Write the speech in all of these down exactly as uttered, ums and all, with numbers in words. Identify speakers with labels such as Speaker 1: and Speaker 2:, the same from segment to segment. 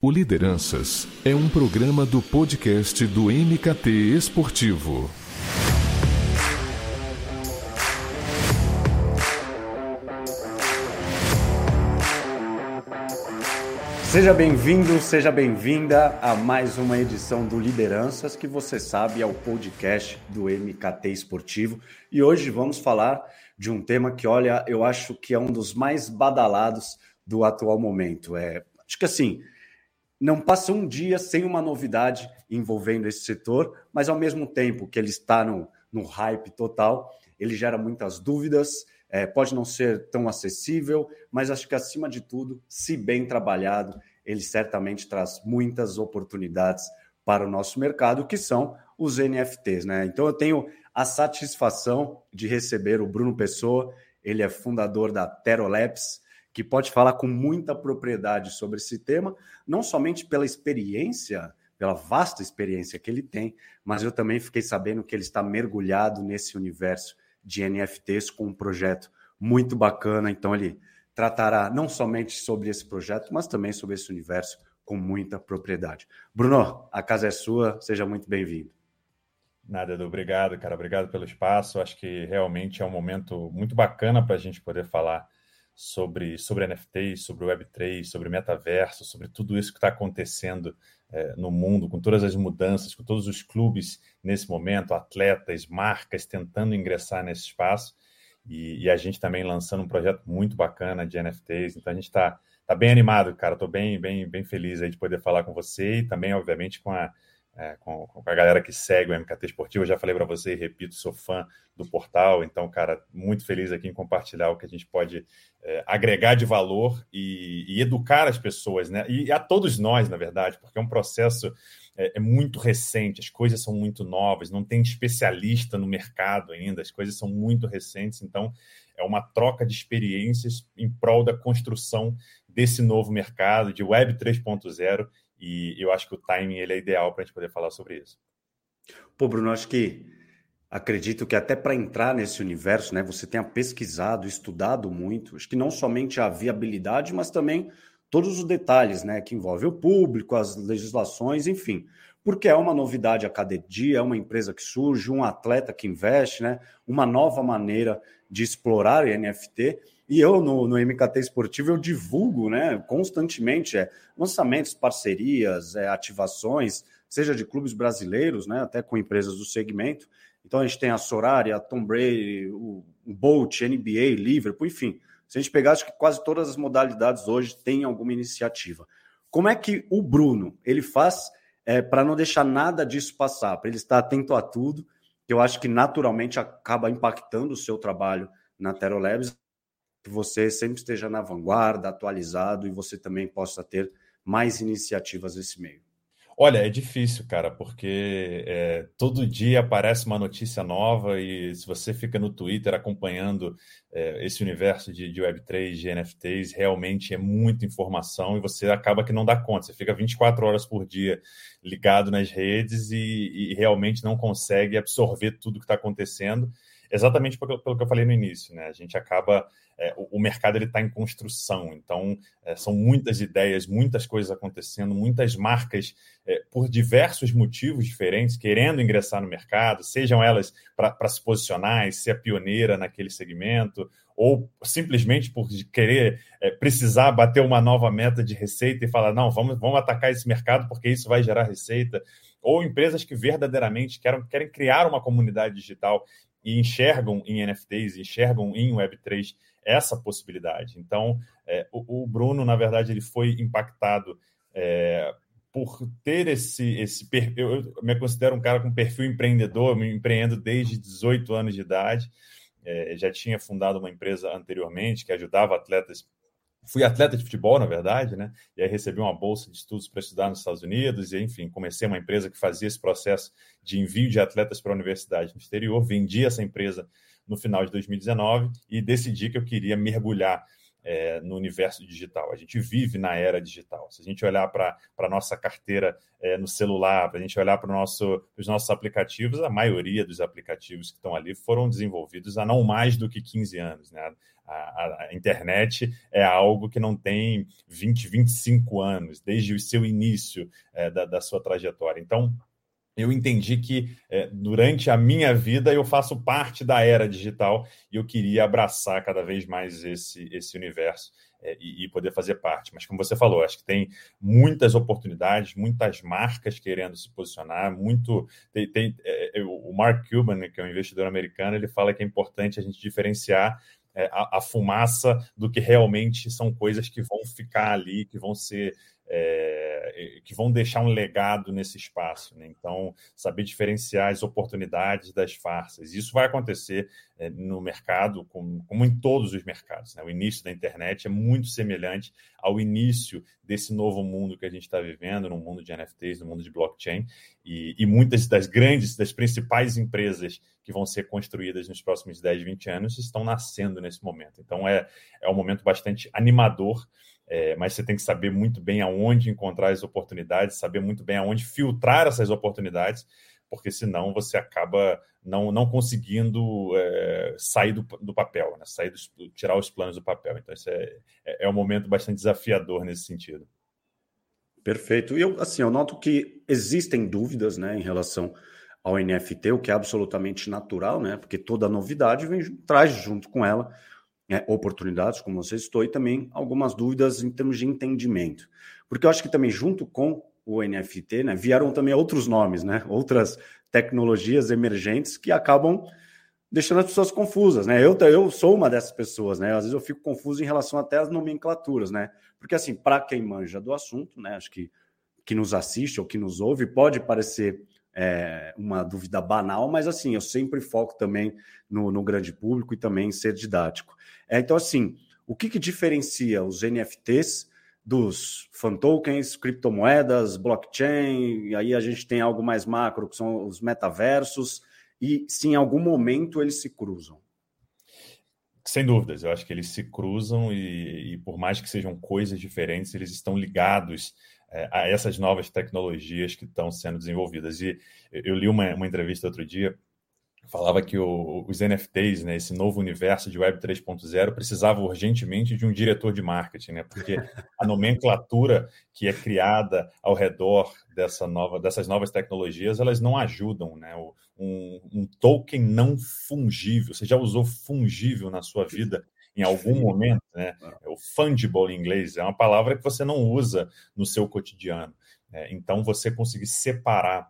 Speaker 1: O Lideranças é um programa do podcast do M K T Esportivo.
Speaker 2: Seja bem-vindo, seja bem-vinda a mais uma edição do Lideranças, que você sabe é o podcast do M K T Esportivo. E hoje vamos falar de um tema que, olha, eu acho que é um dos mais badalados do atual momento. É, acho que assim, não passa um dia sem uma novidade envolvendo esse setor, mas ao mesmo tempo que ele está no, no hype total, ele gera muitas dúvidas, é, pode não ser tão acessível, mas acho que acima de tudo, se bem trabalhado, ele certamente traz muitas oportunidades para o nosso mercado, que são os N F Ts, né? Então eu tenho a satisfação de receber o Bruno Pessoa, ele é fundador da Tero Labs, que pode falar com muita propriedade sobre esse tema, não somente pela experiência, pela vasta experiência que ele tem, mas eu também fiquei sabendo que ele está mergulhado nesse universo de N F Ts com um projeto muito bacana. Então ele tratará não somente sobre esse projeto, mas também sobre esse universo com muita propriedade. Bruno, a casa é sua, seja muito bem-vindo.
Speaker 3: Nada, Edu, obrigado, cara, obrigado pelo espaço. Acho que realmente é um momento muito bacana para a gente poder falar sobre, sobre N F Ts, sobre web três, sobre metaverso, sobre tudo isso que está acontecendo é, no mundo, com todas as mudanças, com todos os clubes nesse momento, atletas, marcas tentando ingressar nesse espaço e, e a gente também lançando um projeto muito bacana de N F Ts. Então a gente está tá bem animado, cara, estou bem, bem, bem feliz aí de poder falar com você e também, obviamente, com a É, com, com a galera que segue o M K T Esportivo. Eu já falei para você e repito, sou fã do portal, então, cara, muito feliz aqui em compartilhar o que a gente pode é, agregar de valor e, e educar as pessoas, né? E a todos nós, na verdade, porque é um processo é, é muito recente, as coisas são muito novas, não tem especialista no mercado ainda, as coisas são muito recentes, então é uma troca de experiências em prol da construção desse novo mercado de Web três ponto zero. E eu acho que o timing ele é ideal para a gente poder falar sobre isso.
Speaker 2: Pô, Bruno, acho que acredito que até para entrar nesse universo, né, você tenha pesquisado, estudado muito, acho que não somente a viabilidade, mas também todos os detalhes, né, que envolvem o público, as legislações, enfim. Porque é uma novidade a cada dia, é uma empresa que surge, um atleta que investe, né, uma nova maneira de explorar N F T. E eu, no, no M K T Esportivo, eu divulgo, né, constantemente é, lançamentos, parcerias, é, ativações, seja de clubes brasileiros, né, até com empresas do segmento. Então, a gente tem a Sorare, a Tom Brady, o, o Bolt, N B A, Liverpool, enfim. Se a gente pegar, acho que quase todas as modalidades hoje têm alguma iniciativa. Como é que o Bruno ele faz é, para não deixar nada disso passar, para ele estar atento a tudo, que eu acho que naturalmente acaba impactando o seu trabalho na Tero Labs, que você sempre esteja na vanguarda, atualizado, e você também possa ter mais iniciativas nesse meio?
Speaker 3: Olha, é difícil, cara, porque é, todo dia aparece uma notícia nova e se você fica no Twitter acompanhando é, esse universo de, de web três, de N F Ts, realmente é muita informação e você acaba que não dá conta. Você fica vinte e quatro horas por dia ligado nas redes e, e realmente não consegue absorver tudo que está acontecendo. Exatamente pelo, pelo que eu falei no início, né? A gente acaba... É, o, o mercado está em construção, então é, são muitas ideias, muitas coisas acontecendo, muitas marcas, é, por diversos motivos diferentes, querendo ingressar no mercado, sejam elas para se posicionar e ser a pioneira naquele segmento, ou simplesmente por querer é, precisar bater uma nova meta de receita e falar, não, vamos, vamos atacar esse mercado porque isso vai gerar receita, ou empresas que verdadeiramente querem, querem criar uma comunidade digital e enxergam em N F Ts, enxergam em web três essa possibilidade. Então, é, o, o Bruno, na verdade, ele foi impactado é, por ter esse... esse eu, eu me considero um cara com perfil empreendedor, me empreendo desde dezoito anos de idade, é, já tinha fundado uma empresa anteriormente que ajudava atletas. Fui atleta de futebol, na verdade, né? E aí recebi uma bolsa de estudos para estudar nos Estados Unidos e, enfim, comecei uma empresa que fazia esse processo de envio de atletas para a universidade no exterior. Vendi essa empresa no final de dois mil e dezenove e decidi que eu queria mergulhar é, no universo digital. A gente vive na era digital. Se a gente olhar para a nossa carteira é, no celular, para a gente olhar para nosso, os nossos aplicativos, a maioria dos aplicativos que estão ali foram desenvolvidos há não mais do que quinze anos, né? A, a, a internet é algo que não tem vinte, vinte e cinco anos, desde o seu início é, da, da sua trajetória. Então, eu entendi que é, durante a minha vida eu faço parte da era digital e eu queria abraçar cada vez mais esse, esse universo é, e, e poder fazer parte. Mas como você falou, acho que tem muitas oportunidades, muitas marcas querendo se posicionar, muito... Tem, tem, é, o Mark Cuban, que é um investidor americano, ele fala que é importante a gente diferenciar é, a, a fumaça do que realmente são coisas que vão ficar ali, que vão ser... É, que vão deixar um legado nesse espaço, né? Então, saber diferenciar as oportunidades das farsas. Isso vai acontecer é, no mercado, como, como em todos os mercados, né? O início da internet é muito semelhante ao início desse novo mundo que a gente está vivendo, no mundo de N F Ts, no mundo de blockchain, e, e muitas das grandes, das principais empresas que vão ser construídas nos próximos dez, vinte anos estão nascendo nesse momento. Então, é, é um momento bastante animador. É, mas você tem que saber muito bem aonde encontrar as oportunidades, saber muito bem aonde filtrar essas oportunidades, porque senão você acaba não, não conseguindo é, sair do, do papel, né? sair dos, tirar os planos do papel. Então, isso é, é um momento bastante desafiador nesse sentido.
Speaker 2: Perfeito. E eu, assim, eu noto que existem dúvidas, né, em relação ao N F T, o que é absolutamente natural, né? Porque toda novidade vem, traz junto com ela É, oportunidades, como você citou, e também algumas dúvidas em termos de entendimento. Porque eu acho que também, junto com o N F T, né, vieram também outros nomes, né, outras tecnologias emergentes que acabam deixando as pessoas confusas. Né? Eu, eu sou uma dessas pessoas, né? Às vezes eu fico confuso em relação até às nomenclaturas, né? Porque, assim, para quem manja do assunto, né, acho que, que nos assiste ou que nos ouve, pode parecer é, uma dúvida banal, mas, assim, eu sempre foco também no, no grande público e também em ser didático. É, então, assim, o que, que diferencia os N F Ts dos fan tokens, criptomoedas, blockchain, e aí a gente tem algo mais macro, que são os metaversos, e se em algum momento eles se cruzam?
Speaker 3: Sem dúvidas, eu acho que eles se cruzam e, e por mais que sejam coisas diferentes, eles estão ligados é, a essas novas tecnologias que estão sendo desenvolvidas. E eu li uma, uma entrevista outro dia, falava que o, os N F Ts, né, esse novo universo de Web três ponto zero, precisava urgentemente de um diretor de marketing, né, porque a nomenclatura que é criada ao redor dessa nova, dessas novas tecnologias, elas não ajudam. Né? Um, um token não fungível, você já usou fungível na sua vida em algum momento? Né? O fungible em inglês é uma palavra que você não usa no seu cotidiano. Né? Então, você conseguir separar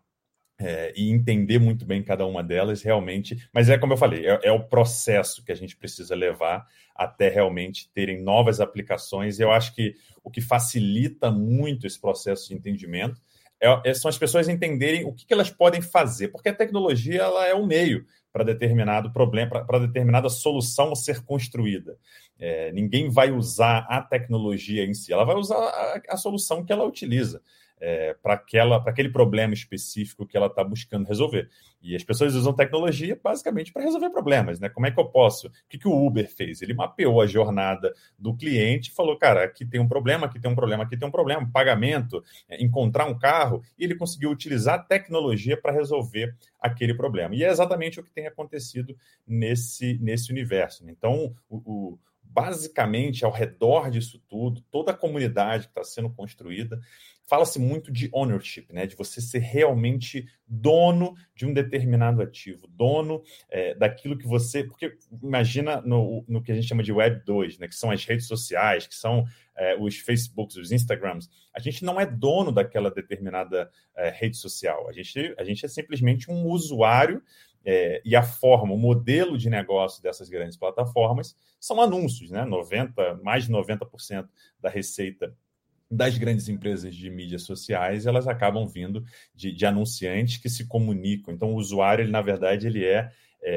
Speaker 3: É, e entender muito bem cada uma delas, realmente... Mas é como eu falei, é, é o processo que a gente precisa levar até realmente terem novas aplicações. Eu acho que o que facilita muito esse processo de entendimento é, é, são as pessoas entenderem o que, que elas podem fazer, porque a tecnologia ela é um meio para determinado problema, para determinada solução ser construída. É, ninguém vai usar a tecnologia em si, ela vai usar a, a solução que ela utiliza. É, para aquele problema específico que ela está buscando resolver. E as pessoas usam tecnologia basicamente para resolver problemas. Né? Como é que eu posso? O que, que o Uber fez? Ele mapeou a jornada do cliente e falou, cara, aqui tem um problema, aqui tem um problema, aqui tem um problema, pagamento, é, encontrar um carro, e ele conseguiu utilizar a tecnologia para resolver aquele problema. E é exatamente o que tem acontecido nesse, nesse universo. Né? Então, o, o basicamente, ao redor disso tudo, toda a comunidade que está sendo construída, fala-se muito de ownership, né? De você ser realmente dono de um determinado ativo, dono é, daquilo que você... Porque imagina no, no que a gente chama de Web dois, né? Que são as redes sociais, que são é, os Facebooks, os Instagrams. A gente não é dono daquela determinada é, rede social. A gente, a gente é simplesmente um usuário. É, e a forma, o modelo de negócio dessas grandes plataformas são anúncios, né? noventa, mais de noventa por cento da receita das grandes empresas de mídias sociais, elas acabam vindo de, de anunciantes que se comunicam. Então, o usuário, ele, na verdade, ele é,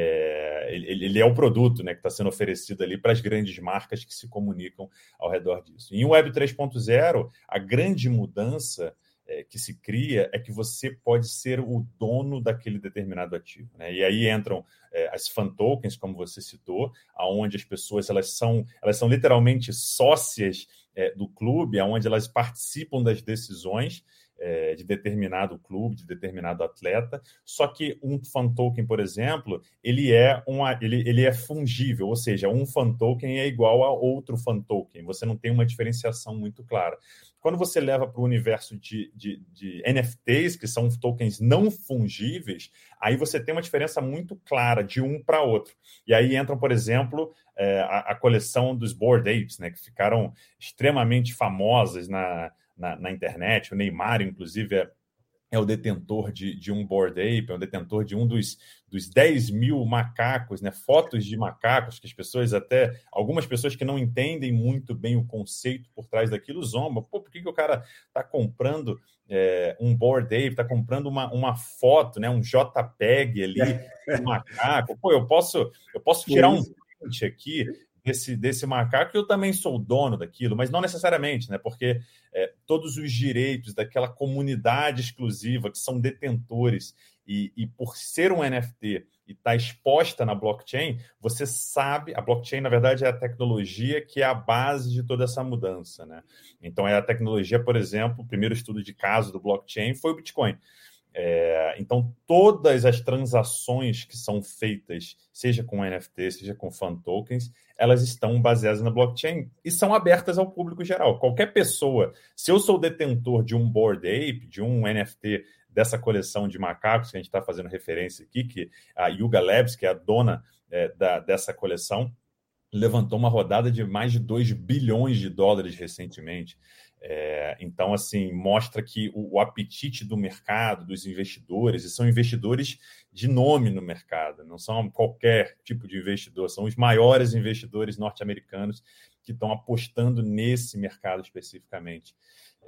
Speaker 3: é, ele, ele é o produto, né, que está sendo oferecido ali para as grandes marcas que se comunicam ao redor disso. Em Web três ponto zero, a grande mudança é, que se cria é que você pode ser o dono daquele determinado ativo, né? E aí entram é, as fan tokens, como você citou, aonde as pessoas elas são, elas são literalmente sócias é, do clube, aonde elas participam das decisões é, de determinado clube, de determinado atleta. Só que um fan token, por exemplo, ele é, uma, ele, ele é fungível, ou seja, um fan token é igual a outro fan token. Você não tem uma diferenciação muito clara. Quando você leva para o universo de, de, de N F Ts, que são tokens não fungíveis, aí você tem uma diferença muito clara de um para outro. E aí entram, por exemplo, é, a, a coleção dos Bored Apes, né, que ficaram extremamente famosas na, na, na internet. O Neymar, inclusive, é, é o detentor de, de um Bored Ape, é o detentor de um dos, dos dez mil macacos, né? Fotos de macacos que as pessoas até... Algumas pessoas que não entendem muito bem o conceito por trás daquilo zombam. Pô, por que, que o cara está comprando é, um Bored Ape, está comprando uma, uma foto, né? Um JPEG ali, um macaco? Pô, eu posso, eu posso tirar um print aqui desse, desse macaco e eu também sou dono daquilo, mas não necessariamente, né? Porque é, todos os direitos daquela comunidade exclusiva que são detentores e, e por ser um N F T e estar tá exposta na blockchain, você sabe, a blockchain, na verdade, é a tecnologia que é a base de toda essa mudança, né? Então, é a tecnologia, por exemplo, o primeiro estudo de caso do blockchain foi o Bitcoin. É, então, todas as transações que são feitas, seja com N F T, seja com fan tokens, elas estão baseadas na blockchain e são abertas ao público geral. Qualquer pessoa, se eu sou detentor de um Bored Ape, de um N F T dessa coleção de macacos que a gente está fazendo referência aqui, que a Yuga Labs, que é a dona é, da, dessa coleção, levantou uma rodada de mais de dois bilhões de dólares recentemente. É, então, assim, mostra que o, o apetite do mercado, dos investidores, e são investidores de nome no mercado, não são qualquer tipo de investidor, são os maiores investidores norte-americanos que estão apostando nesse mercado especificamente.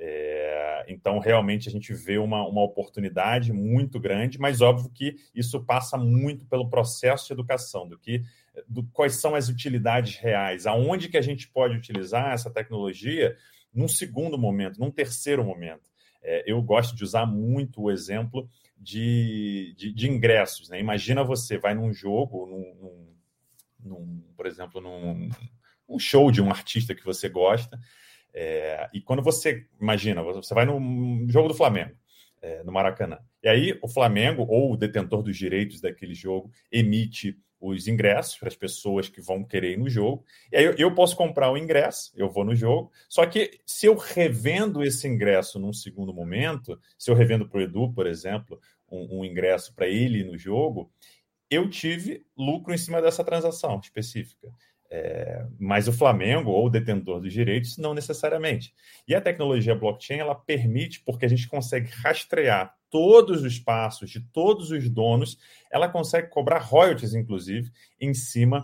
Speaker 3: É, então, realmente, a gente vê uma, uma oportunidade muito grande, mas óbvio que isso passa muito pelo processo de educação, do que do, quais são as utilidades reais, aonde que a gente pode utilizar essa tecnologia num segundo momento, num terceiro momento. É, eu gosto de usar muito o exemplo de, de, de ingressos, né? Imagina você vai num jogo, num, num, num, por exemplo, num um show de um artista que você gosta, é, e quando você, imagina, você vai no jogo do Flamengo, é, no Maracanã, e aí o Flamengo, ou o detentor dos direitos daquele jogo, emite os ingressos para as pessoas que vão querer ir no jogo. E aí eu, eu posso comprar o ingresso, eu vou no jogo, só que se eu revendo esse ingresso num segundo momento, se eu revendo para o Edu, por exemplo, um, um ingresso para ele ir no jogo, eu tive lucro em cima dessa transação específica. É, mas o Flamengo, ou o detentor dos direitos, não necessariamente. E a tecnologia blockchain, ela permite, porque a gente consegue rastrear todos os passos de todos os donos, ela consegue cobrar royalties, inclusive, em cima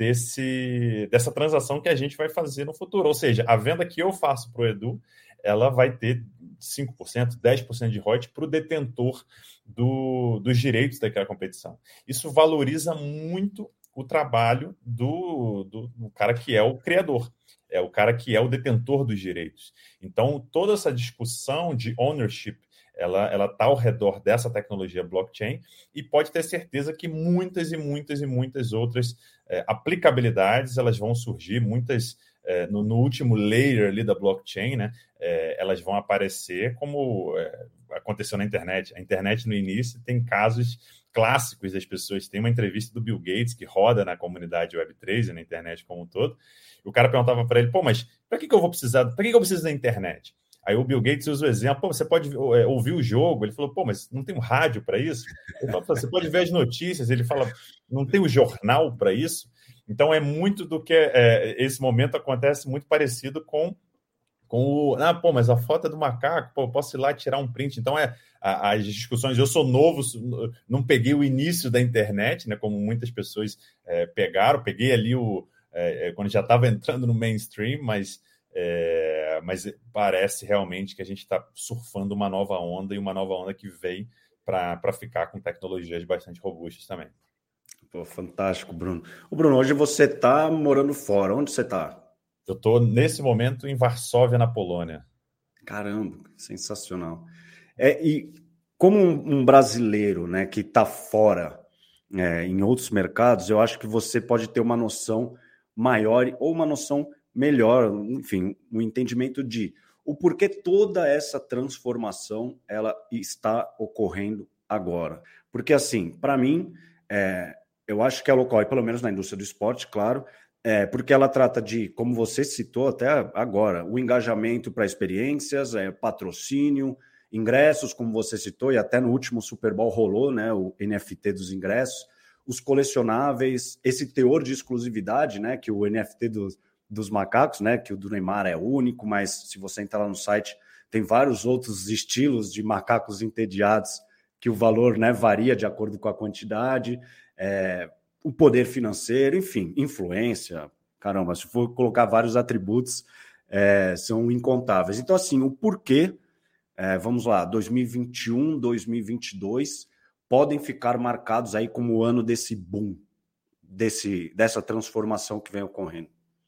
Speaker 3: desse, dessa transação que a gente vai fazer no futuro. Ou seja, a venda que eu faço para o Edu, ela vai ter cinco por cento, dez por cento de royalties para o detentor do, dos direitos daquela competição. Isso valoriza muito o trabalho do, do, do cara que é o criador, é o cara que é o detentor dos direitos. Então, toda essa discussão de ownership, ela ela está ao redor dessa tecnologia blockchain e pode ter certeza que muitas e muitas e muitas outras é, aplicabilidades elas vão surgir, muitas é, no, no último layer ali da blockchain, né, é, elas vão aparecer como é, aconteceu na internet. A internet no início tem casos clássicos das pessoas. Tem uma entrevista do Bill Gates que roda na comunidade web três e na internet como um todo. E o cara perguntava para ele, pô, mas para que, que eu vou precisar? Para que, que eu preciso da internet? Aí o Bill Gates usa o exemplo, pô, você pode é, ouvir o jogo. Ele falou, pô, mas não tem um rádio para isso? Ele falou, você pode ver as notícias. Ele fala, não tem o um jornal para isso? Então é muito do que é, esse momento acontece muito parecido com com o... Ah, pô, mas a foto é do macaco, pô, eu posso ir lá e tirar um print. Então, é a, as discussões... Eu sou novo, não peguei o início da internet, né, como muitas pessoas é, pegaram. Peguei ali o... É, quando já estava entrando no mainstream, mas, é, mas parece realmente que a gente está surfando uma nova onda e uma nova onda que vem para ficar com tecnologias bastante robustas também.
Speaker 2: Pô, fantástico, Bruno. O Bruno, hoje você está morando fora. Onde você está?
Speaker 3: Eu estou, nesse momento, em Varsóvia, na Polônia.
Speaker 2: Caramba, sensacional. É, e como um, um brasileiro, né, que está fora é, em outros mercados, eu acho que você pode ter uma noção maior ou uma noção melhor, enfim, um entendimento de o porquê toda essa transformação ela está ocorrendo agora. Porque, assim, para mim, é, eu acho que ela ocorre, pelo menos na indústria do esporte, claro, é, porque ela trata de, como você citou até agora, o engajamento para experiências, é, patrocínio, ingressos, como você citou, e até no último Super Bowl rolou, né, o N F T dos ingressos, os colecionáveis, esse teor de exclusividade, né, que o N F T dos, dos macacos, né, que o do Neymar é único, mas se você entrar lá no site, tem vários outros estilos de macacos entediados que o valor, né, varia de acordo com a quantidade, é, o poder financeiro, enfim, influência, caramba, se for colocar vários atributos, é, são incontáveis. Então, assim, o porquê, é, vamos lá, dois mil e vinte e um, dois mil e vinte e dois, podem ficar marcados aí como o ano desse boom, desse, dessa transformação que vem ocorrendo.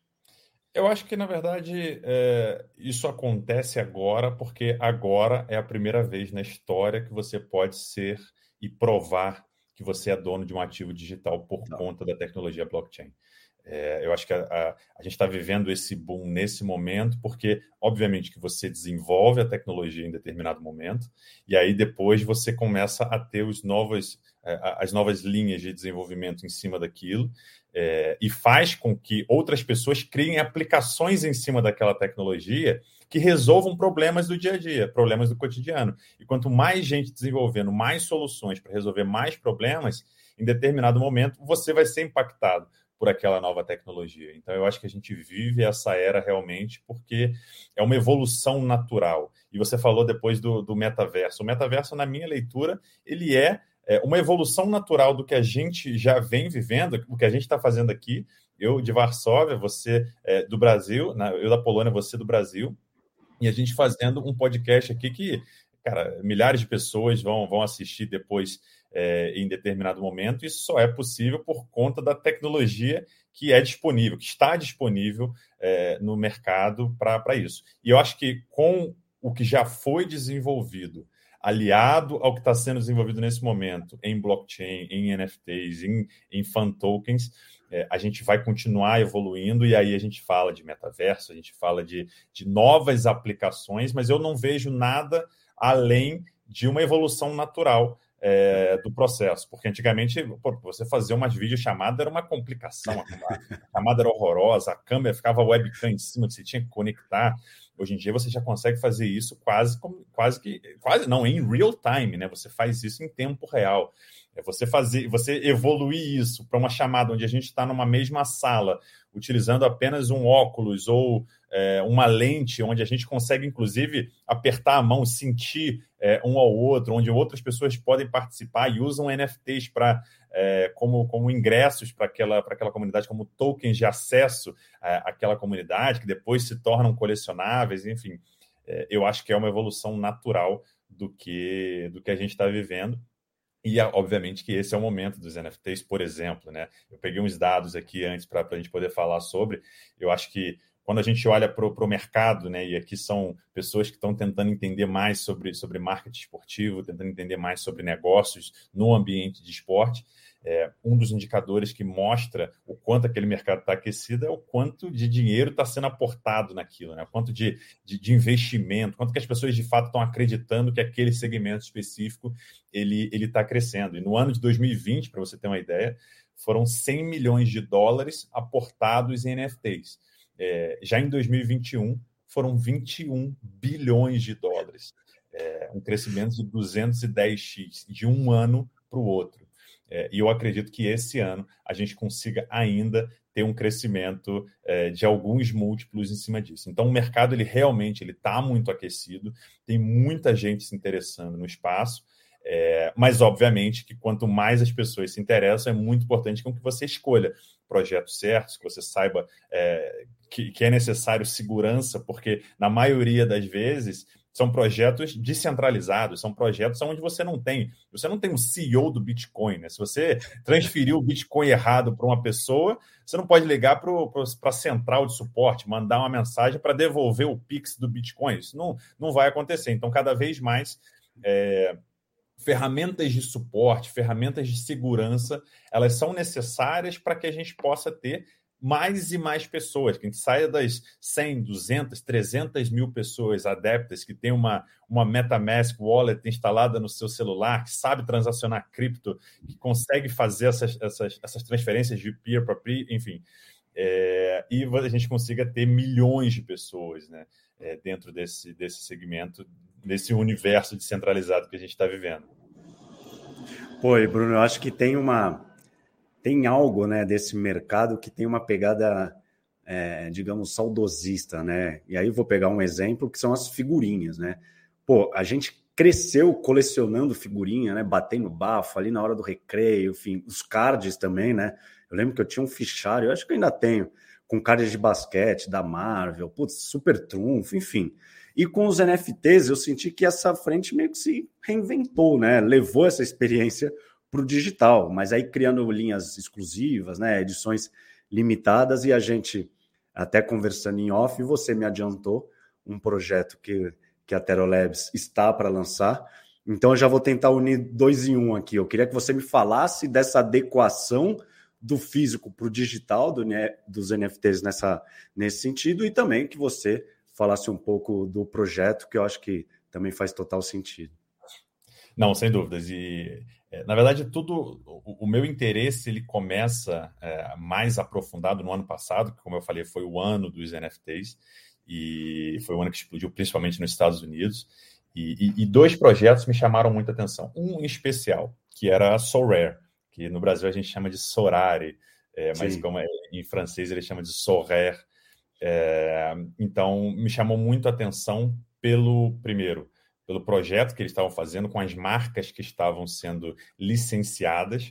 Speaker 3: Eu acho que, na verdade, é, isso acontece agora porque agora é a primeira vez na história que você pode ser e provar que você é dono de um ativo digital por Não. conta da tecnologia blockchain. É, eu acho que a, a, a gente está vivendo esse boom nesse momento porque, obviamente, que você desenvolve a tecnologia em determinado momento e aí depois você começa a ter os novos, as novas linhas de desenvolvimento em cima daquilo é, e faz com que outras pessoas criem aplicações em cima daquela tecnologia que resolvam problemas do dia a dia, problemas do cotidiano. E quanto mais gente desenvolvendo mais soluções para resolver mais problemas, em determinado momento você vai ser impactado por aquela nova tecnologia. Então, eu acho que a gente vive essa era realmente porque é uma evolução natural. E você falou depois do, do metaverso. O metaverso, na minha leitura, ele é, é uma evolução natural do que a gente já vem vivendo, o que a gente está fazendo aqui. Eu de Varsóvia, você é, do Brasil, eu da Polônia, você do Brasil, e a gente fazendo um podcast aqui que, cara, milhares de pessoas vão, vão assistir depois é, em determinado momento. Isso só é possível por conta da tecnologia que é disponível, que está disponível é, no mercado para isso. E eu acho que com o que já foi desenvolvido, aliado ao que está sendo desenvolvido nesse momento em blockchain, em N F Ts, em, em fan tokens, é, a gente vai continuar evoluindo e aí a gente fala de metaverso, a gente fala de, de novas aplicações, mas eu não vejo nada além de uma evolução natural é, do processo, porque antigamente pô, você fazer umas videochamadas era uma complicação, a chamada era horrorosa, a câmera ficava webcam em cima que você tinha que conectar. Hoje em dia você já consegue fazer isso quase, quase que, quase não, em real time, né? Você faz isso em tempo real. É você fazer, você evoluir isso para uma chamada onde a gente está numa mesma sala, utilizando apenas um óculos ou é, uma lente, onde a gente consegue, inclusive, apertar a mão, sentir é, um ao outro, onde outras pessoas podem participar e usam N F Ts para é, como, como ingressos para aquela, para aquela comunidade, como tokens de acesso à, àquela comunidade, que depois se tornam colecionáveis, enfim. É, eu acho que é uma evolução natural do que, do que a gente está vivendo. E, obviamente, que esse é o momento dos N F Ts, por exemplo, né? Eu peguei uns dados aqui antes para a gente poder falar sobre. Eu acho que quando a gente olha para o mercado, né, e aqui são pessoas que estão tentando entender mais sobre, sobre marketing esportivo, tentando entender mais sobre negócios no ambiente de esporte, é, um dos indicadores que mostra o quanto aquele mercado está aquecido é o quanto de dinheiro está sendo aportado naquilo, né? O quanto de, de, de investimento, quanto que as pessoas de fato estão acreditando que aquele segmento específico ele ele está crescendo. E no ano de dois mil e vinte, para você ter uma ideia, foram cem milhões de dólares aportados em N F Ts. É, já em dois mil e vinte e um, foram vinte e um bilhões de dólares. É, um crescimento de duzentos e dez x de um ano para o outro. É, e eu acredito que esse ano a gente consiga ainda ter um crescimento é, de alguns múltiplos em cima disso. Então, o mercado ele realmente está muito aquecido, tem muita gente se interessando no espaço, é, mas, obviamente, que quanto mais as pessoas se interessam, é muito importante que você escolha projetos certos, que você saiba é, que, que é necessário segurança, porque, na maioria das vezes, são projetos descentralizados, são projetos onde você não tem, você não tem um C E O do Bitcoin, né? Se você transferiu o Bitcoin errado para uma pessoa, você não pode ligar para a central de suporte, mandar uma mensagem para devolver o Pix do Bitcoin. Isso não, não vai acontecer. Então, cada vez mais... É, ferramentas de suporte, ferramentas de segurança, elas são necessárias para que a gente possa ter mais e mais pessoas, que a gente saia das cem, duzentas, trezentas mil pessoas adeptas que tem uma, uma MetaMask Wallet instalada no seu celular, que sabe transacionar cripto, que consegue fazer essas, essas, essas transferências de peer para peer, enfim, é, e a gente consiga ter milhões de pessoas, né, é, dentro desse, desse segmento, nesse universo descentralizado que a gente está vivendo.
Speaker 2: Pô, e Bruno, eu acho que tem uma tem algo, né, desse mercado que tem uma pegada, é, digamos, saudosista, né? E aí eu vou pegar um exemplo que são as figurinhas, né? Pô, a gente cresceu colecionando figurinha, né? Batendo bafo ali na hora do recreio, enfim, os cards também, né? Eu lembro que eu tinha um fichário, eu acho que eu ainda tenho, com cards de basquete, da Marvel, putz, super trunfo, enfim. E com os N F Ts, eu senti que essa frente meio que se reinventou, né? Levou essa experiência para o digital, mas aí criando linhas exclusivas, né? Edições limitadas, e a gente, até conversando em off, você me adiantou um projeto que, que a Tero Labs está para lançar. Então, eu já vou tentar unir dois em um aqui. Eu queria que você me falasse dessa adequação do físico para o digital, do, dos N F Ts nessa, nesse sentido, e também que você falasse um pouco do projeto, que eu acho que também faz total sentido.
Speaker 3: Não, sem dúvidas. E, na verdade, tudo, o, o meu interesse ele começa é, mais aprofundado no ano passado, que, como eu falei, foi o ano dos N F Ts, e foi o ano que explodiu, principalmente nos Estados Unidos. E, e, e dois projetos me chamaram muita atenção. Um em especial, que era a Sorare, que no Brasil a gente chama de Sorare, é, mas como é, em francês ele chama de Sorare. É, então, me chamou muito a atenção pelo, primeiro, pelo projeto que eles estavam fazendo, com as marcas que estavam sendo licenciadas,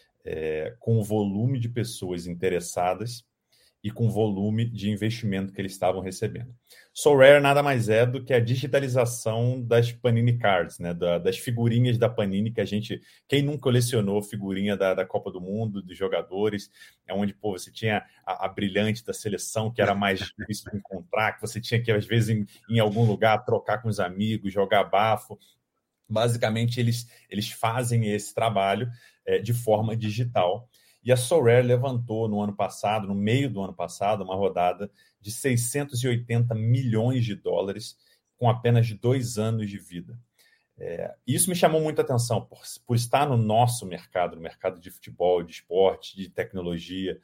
Speaker 3: é, com o volume de pessoas interessadas e com o volume de investimento que eles estavam recebendo. Sorare nada mais é do que a digitalização das Panini Cards, né? Da, das figurinhas da Panini que a gente... Quem nunca colecionou figurinha da, da Copa do Mundo, dos jogadores, é onde pô, você tinha a, a brilhante da seleção, que era mais difícil de encontrar, que você tinha que, às vezes, em, em algum lugar, trocar com os amigos, jogar bafo. Basicamente, eles, eles fazem esse trabalho é, de forma digital. E a Sorare levantou no ano passado, no meio do ano passado, uma rodada de seiscentos e oitenta milhões de dólares com apenas dois anos de vida. É, isso me chamou muita atenção por, por estar no nosso mercado, no mercado de futebol, de esporte, de tecnologia,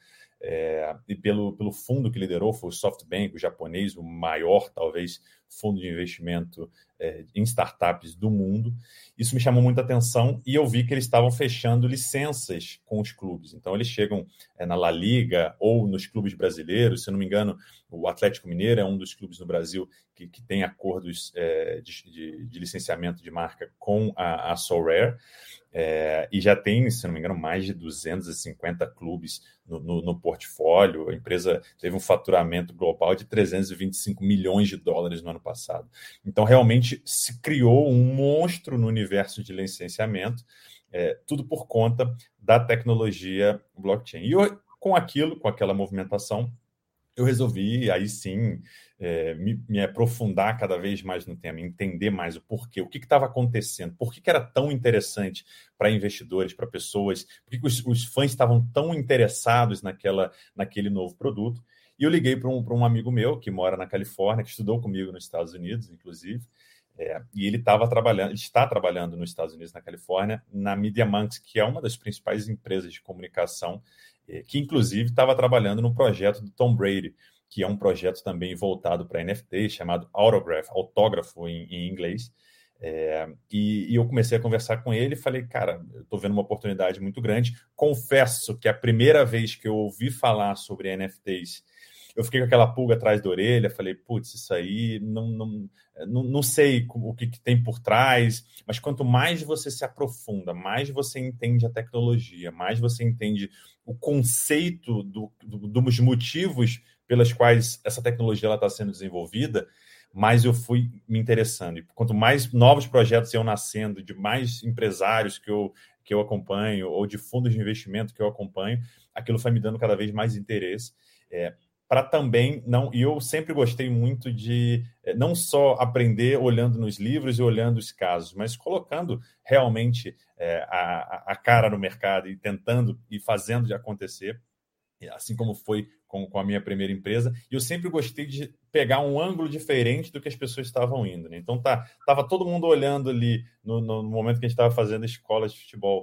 Speaker 3: é, e pelo, pelo fundo que liderou, foi o SoftBank, o japonês, o maior, talvez, fundo de investimento é, em startups do mundo. Isso me chamou muita atenção e eu vi que eles estavam fechando licenças com os clubes. Então, eles chegam é, na La Liga ou nos clubes brasileiros. Se eu não me engano, o Atlético Mineiro é um dos clubes no Brasil que, que tem acordos é, de, de, de licenciamento de marca com a, a Sorare. É, e já tem, se não me engano, mais de duzentos e cinquenta clubes no, no, no portfólio. A empresa teve um faturamento global de trezentos e vinte e cinco milhões de dólares no ano passado. Então, realmente, se criou um monstro no universo de licenciamento, é, tudo por conta da tecnologia blockchain. E eu, com aquilo, com aquela movimentação, eu resolvi, aí sim, é, me, me aprofundar cada vez mais no tema, entender mais o porquê, o que estava acontecendo, por que, que era tão interessante para investidores, para pessoas, por que, que os, os fãs estavam tão interessados naquela, naquele novo produto. E eu liguei para um, para um amigo meu que mora na Califórnia, que estudou comigo nos Estados Unidos, inclusive, é, e ele estava trabalhando, ele está trabalhando nos Estados Unidos, na Califórnia, na MediaMonks, que é uma das principais empresas de comunicação, que inclusive estava trabalhando no projeto do Tom Brady, que é um projeto também voltado para N F T, chamado Autograph, autógrafo em, em inglês. É, e, e eu comecei a conversar com ele e falei, cara, eu estou vendo uma oportunidade muito grande. Confesso que a primeira vez que eu ouvi falar sobre N F Ts, eu fiquei com aquela pulga atrás da orelha, falei, putz, isso aí, não, não, não, não sei o que, que tem por trás, mas quanto mais você se aprofunda, mais você entende a tecnologia, mais você entende o conceito do, do, dos motivos pelas quais essa tecnologia está sendo desenvolvida, mais eu fui me interessando. E quanto mais novos projetos iam nascendo, de mais empresários que eu, que eu acompanho, ou de fundos de investimento que eu acompanho, aquilo foi me dando cada vez mais interesse. É, para também não, e eu sempre gostei muito de não só aprender olhando nos livros e olhando os casos, mas colocando realmente é, a, a cara no mercado e tentando e fazendo de acontecer, assim como foi com, com a minha primeira empresa. E eu sempre gostei de pegar um ângulo diferente do que as pessoas estavam indo, né? Então tá, tava todo mundo olhando ali no, no momento que a gente estava fazendo escolas de futebol,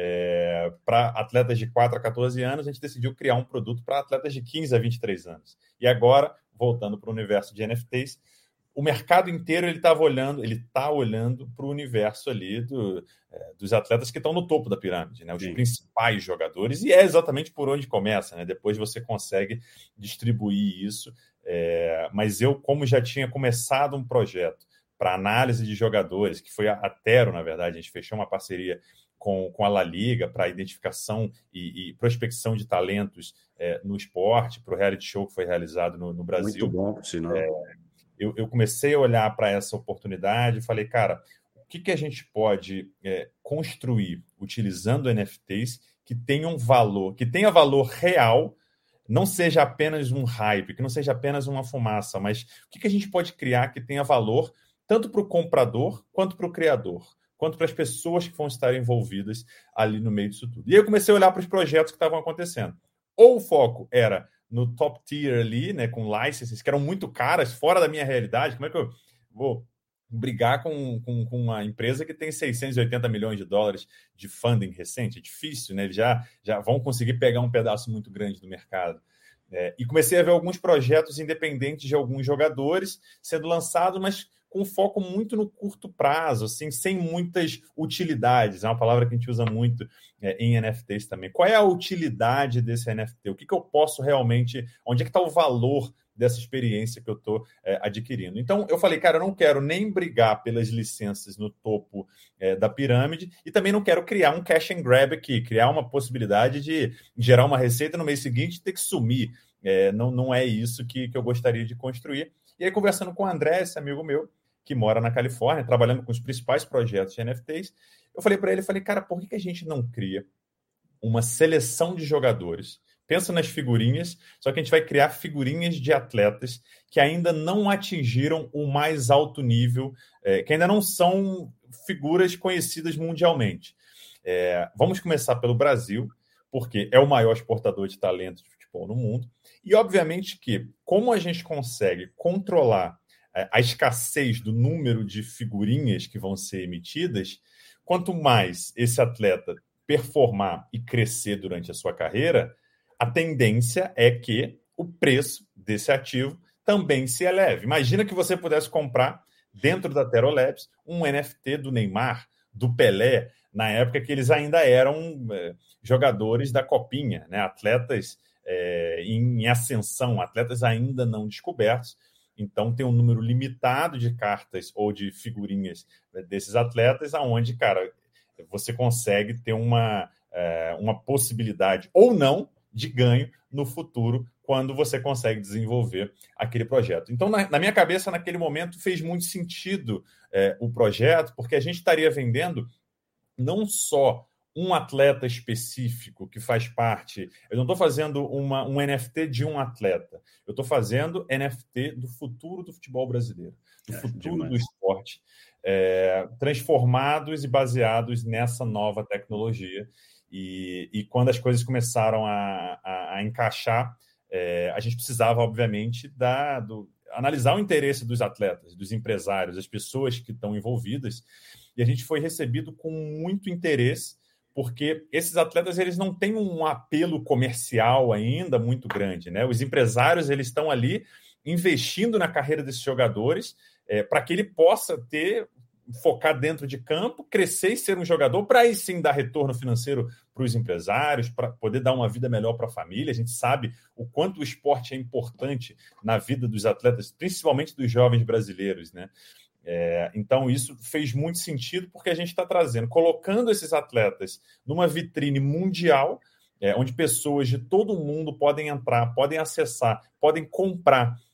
Speaker 3: É, para atletas de quatro a quatorze anos, a gente decidiu criar um produto para atletas de quinze a vinte e três anos. E agora, voltando para o universo de N F Ts, o mercado inteiro ele estava olhando, ele está olhando para o universo ali do, é, dos atletas que estão no topo da pirâmide, né? Os Sim. principais jogadores, e é exatamente por onde começa, né? Depois você consegue distribuir isso. É, mas eu, como já tinha começado um projeto para análise de jogadores, que foi a, a Tero, na verdade, a gente fechou uma parceria Com, com a La Liga para identificação e, e prospecção de talentos é, no esporte, para o reality show que foi realizado no, no Brasil.
Speaker 2: Muito bom, por sinal.
Speaker 3: É, eu, eu comecei a olhar para essa oportunidade e falei, cara, o que, que a gente pode é, construir utilizando N F Ts que tenham valor, que tenha valor real, não seja apenas um hype, que não seja apenas uma fumaça, mas o que, que a gente pode criar que tenha valor tanto para o comprador quanto para o criador, quanto para as pessoas que vão estar envolvidas ali no meio disso tudo. E aí eu comecei a olhar para os projetos que estavam acontecendo. Ou o foco era no top tier ali, né, com licenses que eram muito caras, fora da minha realidade. Como é que eu vou brigar com, com, com uma empresa que tem seiscentos e oitenta milhões de dólares de funding recente? É difícil, né? Eles já, já vão conseguir pegar um pedaço muito grande do mercado. É, e comecei a ver alguns projetos independentes de alguns jogadores sendo lançados, mas com foco muito no curto prazo, assim, sem muitas utilidades. É uma palavra que a gente usa muito é, em N F Ts também. Qual é a utilidade desse N F T? O que, que eu posso realmente... Onde é que está o valor dessa experiência que eu estou é, adquirindo? Então, eu falei, cara, eu não quero nem brigar pelas licenças no topo é, da pirâmide e também não quero criar um cash and grab aqui, criar uma possibilidade de gerar uma receita no mês seguinte e ter que sumir. É, não, não é isso que, que eu gostaria de construir. E aí, conversando com o André, esse amigo meu, que mora na Califórnia, trabalhando com os principais projetos de N F Ts, eu falei para ele, falei, cara, por que, que a gente não cria uma seleção de jogadores? Pensa nas figurinhas, só que a gente vai criar figurinhas de atletas que ainda não atingiram o mais alto nível, é, que ainda não são figuras conhecidas mundialmente. É, vamos começar pelo Brasil, porque é o maior exportador de talento de futebol no mundo, e obviamente que, como a gente consegue controlar a escassez do número de figurinhas que vão ser emitidas, quanto mais esse atleta performar e crescer durante a sua carreira, a tendência é que o preço desse ativo também se eleve. Imagina que você pudesse comprar, dentro da Tero Labs, um N F T do Neymar, do Pelé, na época que eles ainda eram é, jogadores da Copinha, né? Atletas é, em, em ascensão, atletas ainda não descobertos. Então, tem um número limitado de cartas ou de figurinhas desses atletas, aonde, cara, você consegue ter uma, é, uma possibilidade ou não de ganho no futuro quando você consegue desenvolver aquele projeto. Então, na, na minha cabeça, naquele momento, fez muito sentido é, o projeto, porque a gente estaria vendendo não só um atleta específico que faz parte... Eu não estou fazendo uma, um N F T de um atleta. Eu estou fazendo N F T do futuro do futebol brasileiro, do é, futuro demais. do esporte, é, transformados e baseados nessa nova tecnologia. E, e quando as coisas começaram a, a, a encaixar, é, a gente precisava, obviamente, da, do, analisar o interesse dos atletas, dos empresários, das pessoas que estão envolvidas. E a gente foi recebido com muito interesse, porque esses atletas eles não têm um apelo comercial ainda muito grande, né? Os empresários eles estão ali investindo na carreira desses jogadores é, para que ele possa ter, focar dentro de campo, crescer e ser um jogador, para aí sim dar retorno financeiro para os empresários, para poder dar uma vida melhor para a família. A gente sabe o quanto o esporte é importante na vida dos atletas, principalmente dos jovens brasileiros, né? É, então, isso fez muito sentido porque a gente está trazendo, colocando esses atletas numa vitrine mundial, é, onde pessoas de todo o mundo podem entrar, podem acessar, podem comprar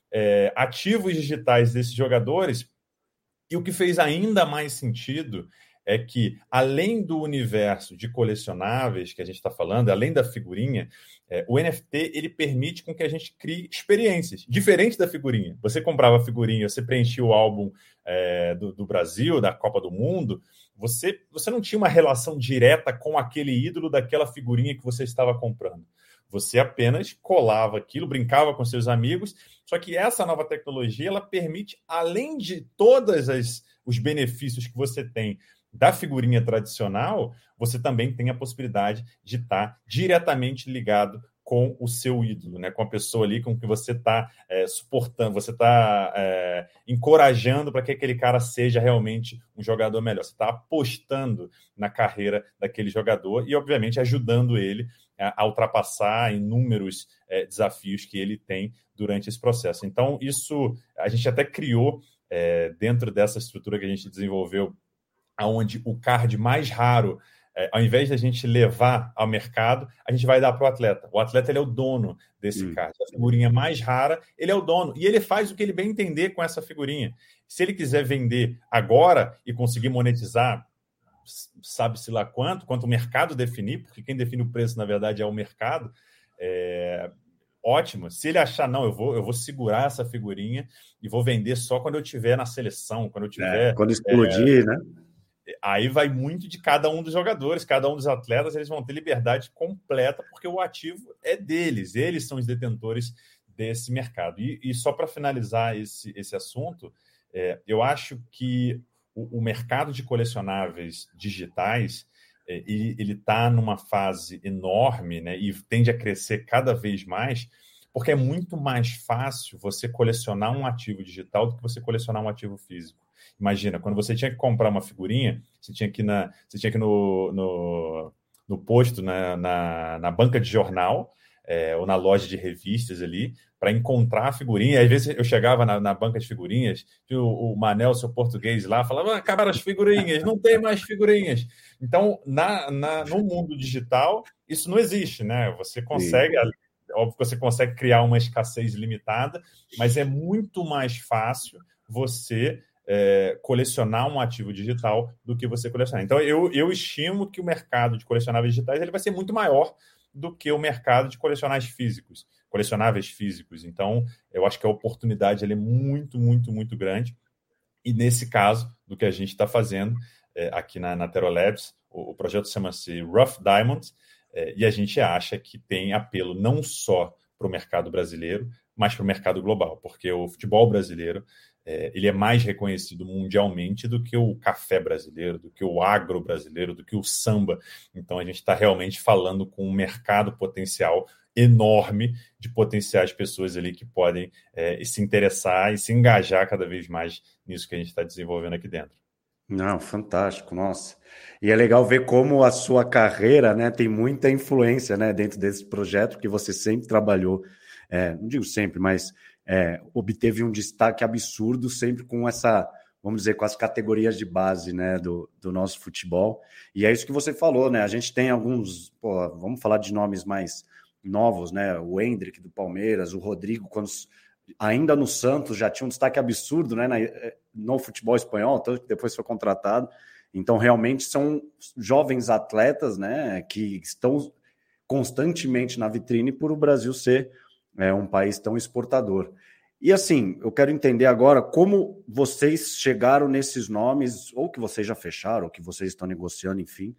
Speaker 3: é, ativos digitais desses jogadores. E o que fez ainda mais sentido é que, além do universo de colecionáveis que a gente está falando, além da figurinha, é, o N F T ele permite com que a gente crie experiências, diferente da figurinha. Você comprava a figurinha, você preenchia o álbum é, do, do Brasil, da Copa do Mundo, você, você não tinha uma relação direta com aquele ídolo daquela figurinha que você estava comprando. Você apenas colava aquilo, brincava com seus amigos, só que essa nova tecnologia ela permite, além de todos os benefícios que você tem da figurinha tradicional, você também tem a possibilidade de estar diretamente ligado com o seu ídolo, né? Com a pessoa ali com que você está é, suportando, você está é, encorajando para que aquele cara seja realmente um jogador melhor. Você está apostando na carreira daquele jogador e, obviamente, ajudando ele a ultrapassar inúmeros é, desafios que ele tem durante esse processo. Então, isso a gente até criou é, dentro dessa estrutura que a gente desenvolveu, onde o card mais raro, é, ao invés de a gente levar ao mercado, a gente vai dar para o atleta. O atleta ele é o dono desse hum. card. A figurinha mais rara, ele é o dono. E ele faz o que ele bem entender com essa figurinha. Se ele quiser vender agora e conseguir monetizar, sabe-se lá quanto, quanto o mercado definir, porque quem define o preço, na verdade, é o mercado, é ótimo. Se ele achar, não, eu vou, eu vou segurar essa figurinha e vou vender só quando eu estiver na seleção, quando eu tiver...
Speaker 2: É, quando explodir,
Speaker 3: é,
Speaker 2: né?
Speaker 3: Aí vai muito de cada um dos jogadores, cada um dos atletas, eles vão ter liberdade completa, porque o ativo é deles, eles são os detentores desse mercado. E, e só para finalizar esse, esse assunto, é, eu acho que o, o mercado de colecionáveis digitais, é, ele está numa fase enorme, né, e tende a crescer cada vez mais, porque é muito mais fácil você colecionar um ativo digital do que você colecionar um ativo físico. Imagina, quando você tinha que comprar uma figurinha, você tinha que ir, na, você tinha que ir no, no, no posto, na, na, na banca de jornal, é, ou na loja de revistas ali, para encontrar a figurinha. E às vezes eu chegava na, na banca de figurinhas, tinha o, o Manel, seu português lá, falava, ah, acabaram as figurinhas, não tem mais figurinhas. Então, na, na, no mundo digital, isso não existe, né? Você consegue... Sim. Óbvio que você consegue criar uma escassez limitada, mas é muito mais fácil você é, colecionar um ativo digital do que você colecionar. Então, eu, eu estimo que o mercado de colecionáveis digitais ele vai ser muito maior do que o mercado de colecionáveis físicos, colecionáveis físicos. Então, eu acho que a oportunidade ele é muito, muito, muito grande. E nesse caso, do que a gente está fazendo é, aqui na, na Tero Labs, o, o projeto chama-se Rough Diamonds, É, e a gente acha que tem apelo não só para o mercado brasileiro, mas para o mercado global, porque o futebol brasileiro é, ele é mais reconhecido mundialmente do que o café brasileiro, do que o agro brasileiro, do que o samba. Então a gente está realmente falando com um mercado potencial enorme de potenciais pessoas ali que podem é, se interessar e se engajar cada vez mais nisso que a gente está desenvolvendo aqui dentro.
Speaker 2: Não, fantástico, nossa. E é legal ver como a sua carreira, né, tem muita influência, né, dentro desse projeto que você sempre trabalhou, é, não digo sempre, mas é, obteve um destaque absurdo sempre com essa, vamos dizer, com as categorias de base, né, do, do nosso futebol. E é isso que você falou, né, a gente tem alguns, pô, vamos falar de nomes mais novos, né, o Endrick do Palmeiras, o Rodrigo, quando... ainda no Santos já tinha um destaque absurdo, né, no futebol espanhol, tanto que depois foi contratado. Então, realmente, são jovens atletas, né, que estão constantemente na vitrine por o Brasil ser é, um país tão exportador. E, assim, eu quero entender agora como vocês chegaram nesses nomes, ou que vocês já fecharam, ou que vocês estão negociando, enfim.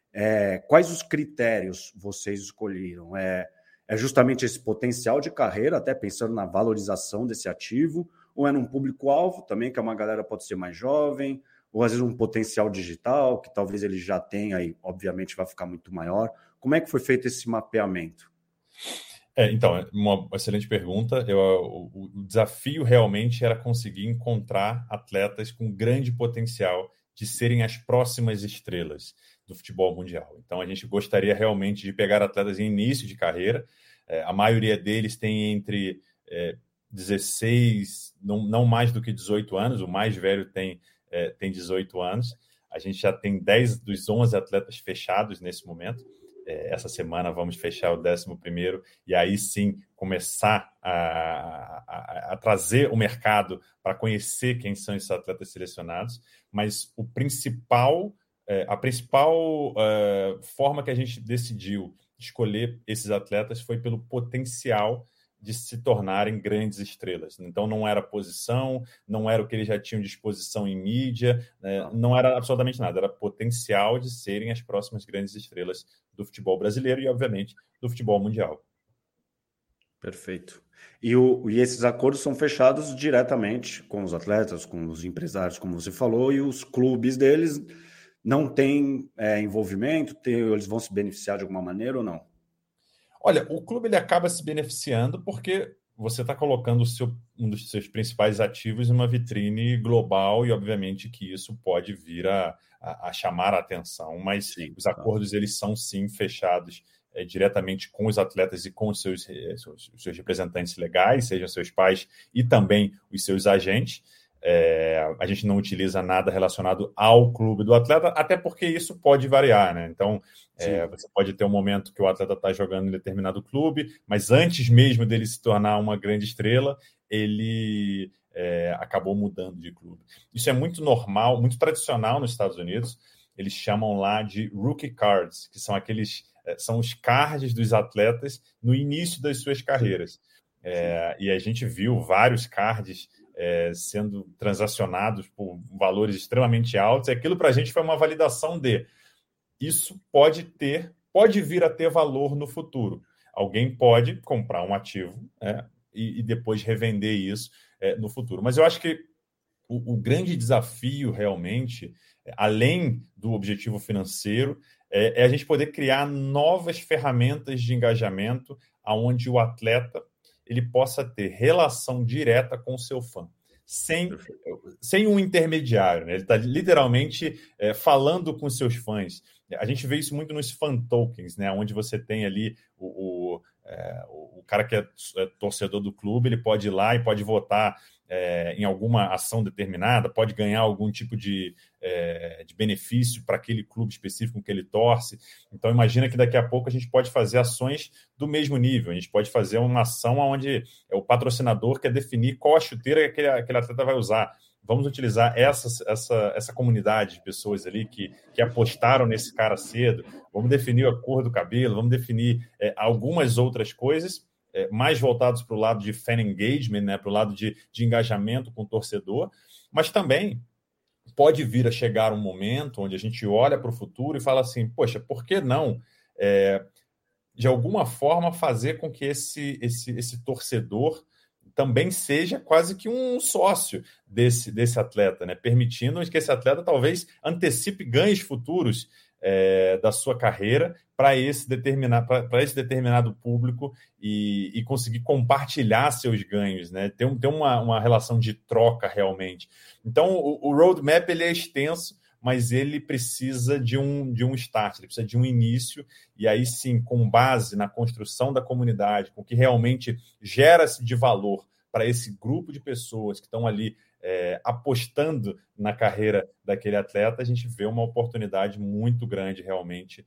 Speaker 2: É, quais os critérios vocês escolheram? É... É justamente esse potencial de carreira, até pensando na valorização desse ativo, ou é num público-alvo também, que é uma galera pode ser mais jovem, ou às vezes um potencial digital, que talvez ele já tenha e, obviamente, vai ficar muito maior. Como é que foi feito esse mapeamento?
Speaker 3: É, então, uma excelente pergunta. Eu, o, o desafio realmente era conseguir encontrar atletas com grande potencial de serem as próximas estrelas do futebol mundial. Então, a gente gostaria realmente de pegar atletas em início de carreira. É, a maioria deles tem entre é, dezesseis, não, não mais do que dezoito anos, o mais velho tem, é, tem dezoito anos. A gente já tem dez dos onze atletas fechados nesse momento. É, essa semana vamos fechar o décimo primeiro e aí sim começar a, a, a trazer o mercado para conhecer quem são esses atletas selecionados, mas o principal, é, a principal é, forma que a gente decidiu escolher esses atletas foi pelo potencial de se tornarem grandes estrelas. Então, não era posição, não era o que eles já tinham de exposição em mídia, né? Não era absolutamente nada, era potencial de serem as próximas grandes estrelas do futebol brasileiro e, obviamente, do futebol mundial.
Speaker 2: Perfeito. E, o, e esses acordos são fechados diretamente com os atletas, com os empresários, como você falou, e os clubes deles não têm é, envolvimento, tem, eles vão se beneficiar de alguma maneira ou não?
Speaker 3: Olha, o clube ele acaba se beneficiando porque você está colocando o seu, um dos seus principais ativos em uma vitrine global e, obviamente, que isso pode vir a, a, a chamar a atenção, mas sim, os acordos, eles são, sim, fechados é, diretamente com os atletas e com os seus, seus, seus representantes legais, sejam seus pais e também os seus agentes. É, a gente não utiliza nada relacionado ao clube do atleta, até porque isso pode variar, né? Então, é, você pode ter um momento que o atleta está jogando em determinado clube, mas antes mesmo dele se tornar uma grande estrela, ele é, acabou mudando de clube. Isso é muito normal, muito tradicional nos Estados Unidos. Eles chamam lá de rookie cards, que são aqueles, é, são os cards dos atletas no início das suas carreiras. É, e a gente viu vários cards É, sendo transacionados por valores extremamente altos, e aquilo para a gente foi uma validação de isso pode ter, pode vir a ter valor no futuro. Alguém pode comprar um ativo é, e, e depois revender isso é, no futuro. Mas eu acho que o, o grande desafio realmente, além do objetivo financeiro, é, é a gente poder criar novas ferramentas de engajamento onde o atleta ele possa ter relação direta com o seu fã, sem, sem um intermediário, né? Ele está literalmente é, falando com seus fãs. A gente vê isso muito nos fan tokens, né? Onde você tem ali o, o, é, o cara que é torcedor do clube, ele pode ir lá e pode votar é, em alguma ação determinada, pode ganhar algum tipo de, é, de benefício para aquele clube específico que ele torce. Então, imagina que daqui a pouco a gente pode fazer ações do mesmo nível. A gente pode fazer uma ação onde o patrocinador quer definir qual a chuteira que aquele, aquele atleta vai usar. Vamos utilizar essa, essa, essa comunidade de pessoas ali que, que apostaram nesse cara cedo. Vamos definir a cor do cabelo, vamos definir é, algumas outras coisas é, mais voltados para o lado de fan engagement, né, para o lado de, de engajamento com o torcedor, mas também pode vir a chegar um momento onde a gente olha para o futuro e fala assim, poxa, por que não, é, de alguma forma, fazer com que esse, esse, esse torcedor também seja quase que um sócio desse, desse atleta, né? Permitindo que esse atleta talvez antecipe ganhos futuros é, da sua carreira para esse, determinado, para esse determinado público e, e conseguir compartilhar seus ganhos, né? Ter, um, ter uma, uma relação de troca realmente. Então, o, o roadmap ele é extenso, mas ele precisa de um, de um start, ele precisa de um início, e aí sim, com base na construção da comunidade, com o que realmente gera-se de valor para esse grupo de pessoas que estão ali é, apostando na carreira daquele atleta, a gente vê uma oportunidade muito grande realmente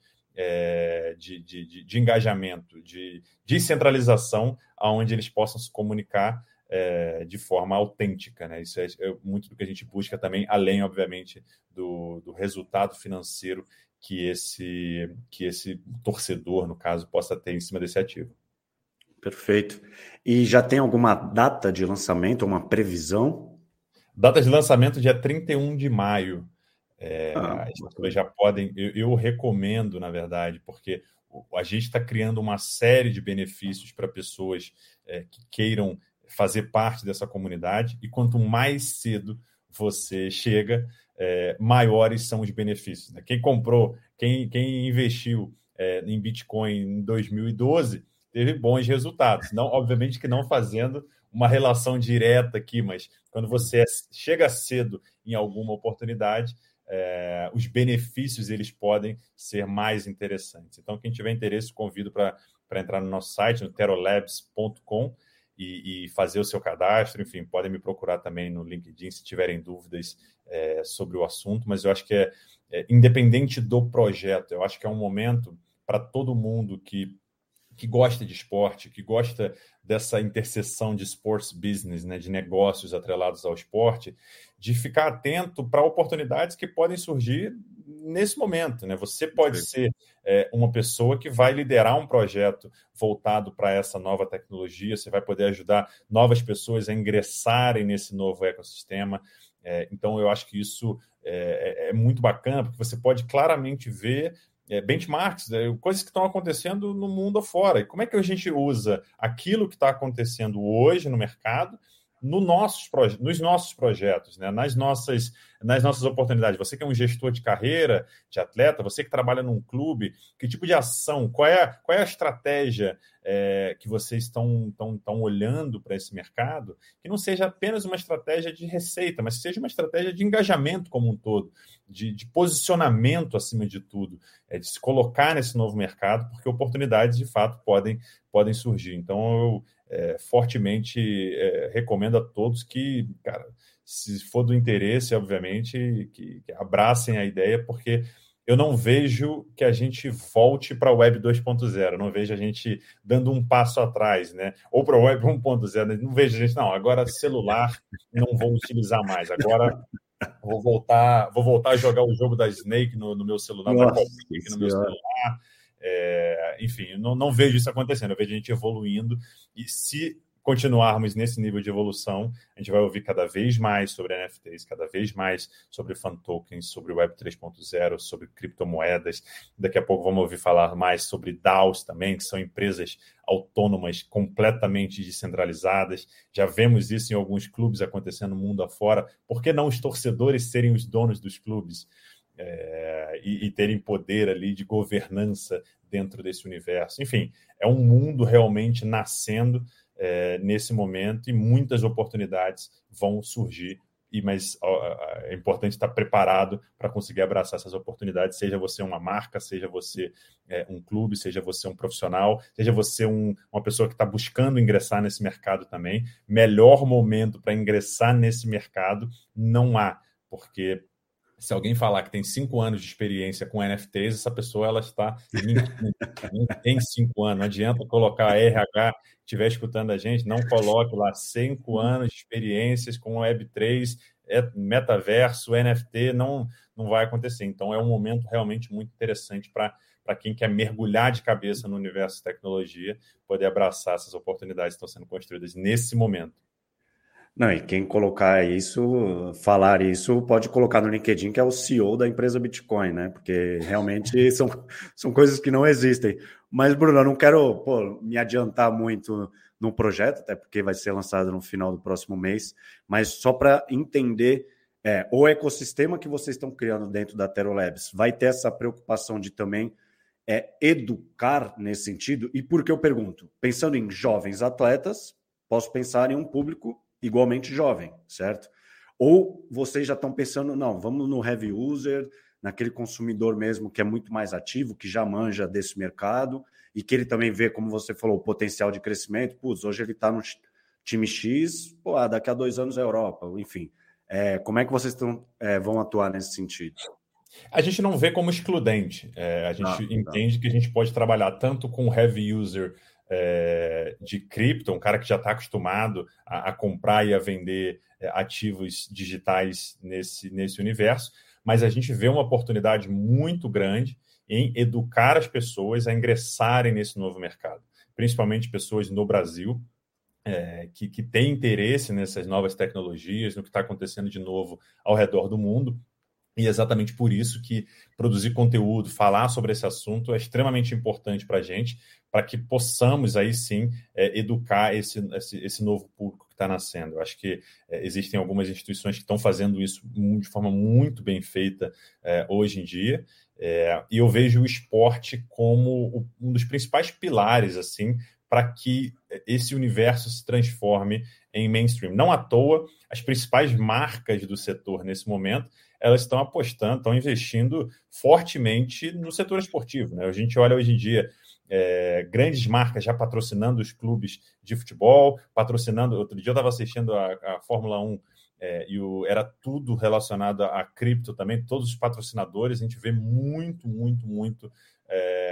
Speaker 3: é, de, de, de engajamento, de descentralização, onde eles possam se comunicar É, de forma autêntica, né? Isso é, é muito do que a gente busca também, além, obviamente, do, do resultado financeiro que esse, que esse torcedor, no caso, possa ter em cima desse ativo.
Speaker 2: Perfeito. E já tem alguma data de lançamento, uma previsão?
Speaker 3: Data de lançamento dia trinta e um de maio. É, ah, as pessoas já podem... Eu, eu recomendo, na verdade, porque a gente está criando uma série de benefícios para pessoas é, que queiram fazer parte dessa comunidade, e quanto mais cedo você chega, é, maiores são os benefícios, né? Quem comprou, quem, quem investiu é, em Bitcoin em dois mil e doze teve bons resultados. Não, obviamente que não fazendo uma relação direta aqui, mas quando você chega cedo em alguma oportunidade, é, os benefícios eles podem ser mais interessantes. Então, quem tiver interesse, convido para entrar no nosso site, no terolabs ponto com, E, e fazer o seu cadastro, enfim, podem me procurar também no LinkedIn se tiverem dúvidas é, sobre o assunto, mas eu acho que é, é independente do projeto, eu acho que é um momento para todo mundo que, que gosta de esporte, que gosta dessa interseção de sports business, né, de negócios atrelados ao esporte, de ficar atento para oportunidades que podem surgir nesse momento, né? Você pode Sim. ser é, uma pessoa que vai liderar um projeto voltado para essa nova tecnologia, você vai poder ajudar novas pessoas a ingressarem nesse novo ecossistema. É, então, eu acho que isso é, é muito bacana, porque você pode claramente ver é, benchmarks, é, coisas que estão acontecendo no mundo afora. E como é que a gente usa aquilo que está acontecendo hoje no mercado no nossos proje- nos nossos projetos, né? nas, nossas, nas nossas oportunidades. Você que é um gestor de carreira, de atleta, você que trabalha num clube, que tipo de ação, qual é, qual é a estratégia é, que vocês estão, estão, estão olhando para esse mercado, que não seja apenas uma estratégia de receita, mas seja uma estratégia de engajamento como um todo, de, de posicionamento acima de tudo, é, de se colocar nesse novo mercado, porque oportunidades, de fato, podem, podem surgir. Então, eu É, fortemente é, recomendo a todos que, cara, se for do interesse, obviamente, que, que abracem a ideia, porque eu não vejo que a gente volte para a Web dois ponto zero, não vejo a gente dando um passo atrás, né? Ou para a Web um ponto zero, não vejo a gente, não, agora celular não vou utilizar mais, agora vou voltar, vou voltar a jogar o jogo da Snake no, no meu celular, da Copic no meu celular. É, enfim, não, não vejo isso acontecendo, eu vejo a gente evoluindo, e se continuarmos nesse nível de evolução, a gente vai ouvir cada vez mais sobre N F Ts, cada vez mais sobre fan tokens, sobre Web três ponto zero, sobre criptomoedas. Daqui a pouco vamos ouvir falar mais sobre D A Os também, que são empresas autônomas completamente descentralizadas. Já vemos isso em alguns clubes acontecendo no mundo afora. Por que não os torcedores serem os donos dos clubes? É, e, e terem poder ali de governança dentro desse universo. Enfim, é um mundo realmente nascendo é, nesse momento, e muitas oportunidades vão surgir, e, mas ó, é importante estar preparado para conseguir abraçar essas oportunidades, seja você uma marca, seja você é, um clube, seja você um profissional, seja você um, uma pessoa que está buscando ingressar nesse mercado também. Melhor momento para ingressar nesse mercado não há, porque se alguém falar que tem cinco anos de experiência com N F Ts, essa pessoa ela está mentindo. Não tem cinco anos. Não adianta colocar R H, estiver escutando a gente, não coloque lá cinco anos de experiências com Web três, é metaverso, N F T, não, não vai acontecer. Então, é um momento realmente muito interessante para para quem quer mergulhar de cabeça no universo de tecnologia, poder abraçar essas oportunidades que estão sendo construídas nesse momento.
Speaker 2: Não, e quem colocar isso, falar isso, pode colocar no LinkedIn, que é o C E O da empresa Bitcoin, né? Porque realmente são, são coisas que não existem. Mas, Bruno, eu não quero pô, me adiantar muito no projeto, até porque vai ser lançado no final do próximo mês, mas só para entender é, o ecossistema que vocês estão criando dentro da Tero Labs, vai ter essa preocupação de também é, educar nesse sentido? E por que eu pergunto? Pensando em jovens atletas, posso pensar em um público igualmente jovem, certo? Ou vocês já estão pensando, não, vamos no heavy user, naquele consumidor mesmo que é muito mais ativo, que já manja desse mercado e que ele também vê, como você falou, o potencial de crescimento. Putz, hoje ele está no time X, pô, daqui a dois anos é Europa, enfim. É, como é que vocês tão, é, vão atuar nesse sentido?
Speaker 3: A gente não vê como excludente. É, a gente ah, entende tá. que a gente pode trabalhar tanto com heavy user É, de cripto, um cara que já está acostumado a, a comprar e a vender é, ativos digitais nesse, nesse universo, mas a gente vê uma oportunidade muito grande em educar as pessoas a ingressarem nesse novo mercado, principalmente pessoas no Brasil, é, que, que têm interesse nessas novas tecnologias, no que está acontecendo de novo ao redor do mundo. E é exatamente por isso que produzir conteúdo, falar sobre esse assunto é extremamente importante para a gente, para que possamos aí sim é, educar esse, esse, esse novo público que está nascendo. Eu acho que é, existem algumas instituições que estão fazendo isso de forma muito bem feita é, hoje em dia, é, e eu vejo o esporte como um dos principais pilares assim, para que esse universo se transforme em mainstream. Não à toa, as principais marcas do setor nesse momento, elas estão apostando, estão investindo fortemente no setor esportivo, né? A gente olha hoje em dia é, grandes marcas já patrocinando os clubes de futebol, patrocinando... Outro dia eu estava assistindo a, a Fórmula um é, e o, era tudo relacionado a, a cripto também, todos os patrocinadores, a gente vê muito, muito, muito... É,